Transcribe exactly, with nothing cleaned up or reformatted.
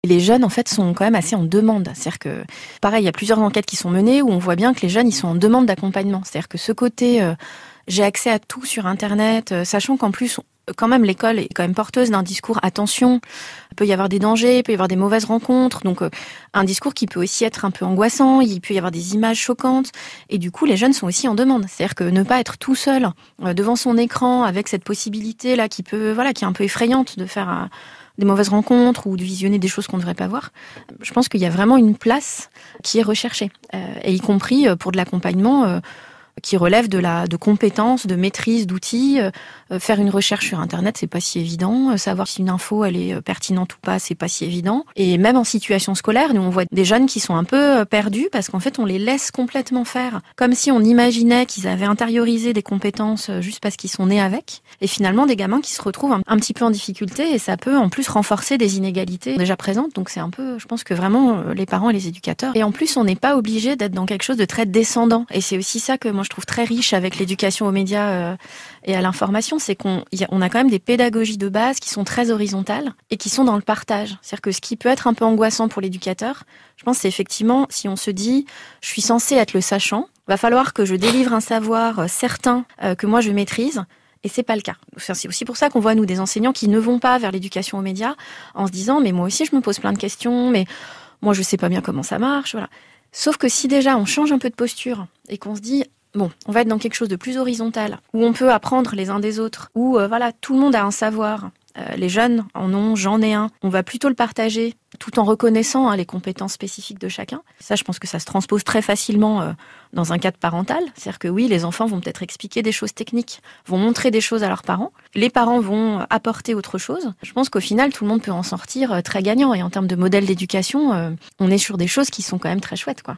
Les jeunes, en fait, sont quand même assez en demande. C'est-à-dire que, pareil, il y a plusieurs enquêtes qui sont menées où on voit bien que les jeunes, ils sont en demande d'accompagnement. C'est-à-dire que ce côté, euh, j'ai accès à tout sur Internet, euh, sachant qu'en plus, quand même, l'école est quand même porteuse d'un discours attention. Il peut y avoir des dangers, il peut y avoir des mauvaises rencontres. Donc, euh, un discours qui peut aussi être un peu angoissant. Il peut y avoir des images choquantes. Et du coup, les jeunes sont aussi en demande. C'est-à-dire que ne pas être tout seul euh, devant son écran avec cette possibilité-là qui peut, voilà, qui est un peu effrayante de faire euh, des mauvaises rencontres ou de visionner des choses qu'on ne devrait pas voir. Je pense qu'il y a vraiment une place qui est recherchée. Euh, et y compris pour de l'accompagnement euh, qui relève de la de compétences, de maîtrise d'outils. Euh, faire une recherche sur Internet, c'est pas si évident. Euh, savoir si une info elle est pertinente ou pas, c'est pas si évident. Et même en situation scolaire, nous on voit des jeunes qui sont un peu perdus parce qu'en fait on les laisse complètement faire, comme si on imaginait qu'ils avaient intériorisé des compétences juste parce qu'ils sont nés avec. Et finalement des gamins qui se retrouvent un, un petit peu en difficulté et ça peut en plus renforcer des inégalités déjà présentes. Donc c'est un peu, je pense que vraiment les parents et les éducateurs. Et en plus on n'est pas obligé d'être dans quelque chose de très descendant. Et c'est aussi ça que moi je trouve très riche avec l'éducation aux médias euh, et à l'information, c'est qu'on y a, on a quand même des pédagogies de base qui sont très horizontales et qui sont dans le partage. C'est-à-dire que ce qui peut être un peu angoissant pour l'éducateur, je pense c'est effectivement si on se dit je suis censé être le sachant, va falloir que je délivre un savoir certain euh, que moi je maîtrise. Et c'est pas le cas. C'est aussi pour ça qu'on voit, nous, des enseignants qui ne vont pas vers l'éducation aux médias en se disant, mais moi aussi, je me pose plein de questions, mais moi, je sais pas bien comment ça marche, voilà. Sauf que si déjà on change un peu de posture et qu'on se dit, bon, on va être dans quelque chose de plus horizontal, où on peut apprendre les uns des autres, où euh, voilà, tout le monde a un savoir, euh, les jeunes en ont, j'en ai un, on va plutôt le partager, tout en reconnaissant hein, les compétences spécifiques de chacun. Ça, je pense que ça se transpose très facilement euh, dans un cadre parental. C'est-à-dire que oui, les enfants vont peut-être expliquer des choses techniques, vont montrer des choses à leurs parents. Les parents vont apporter autre chose. Je pense qu'au final, tout le monde peut en sortir euh, très gagnant. Et en termes de modèle d'éducation, euh, on est sur des choses qui sont quand même très chouettes, quoi.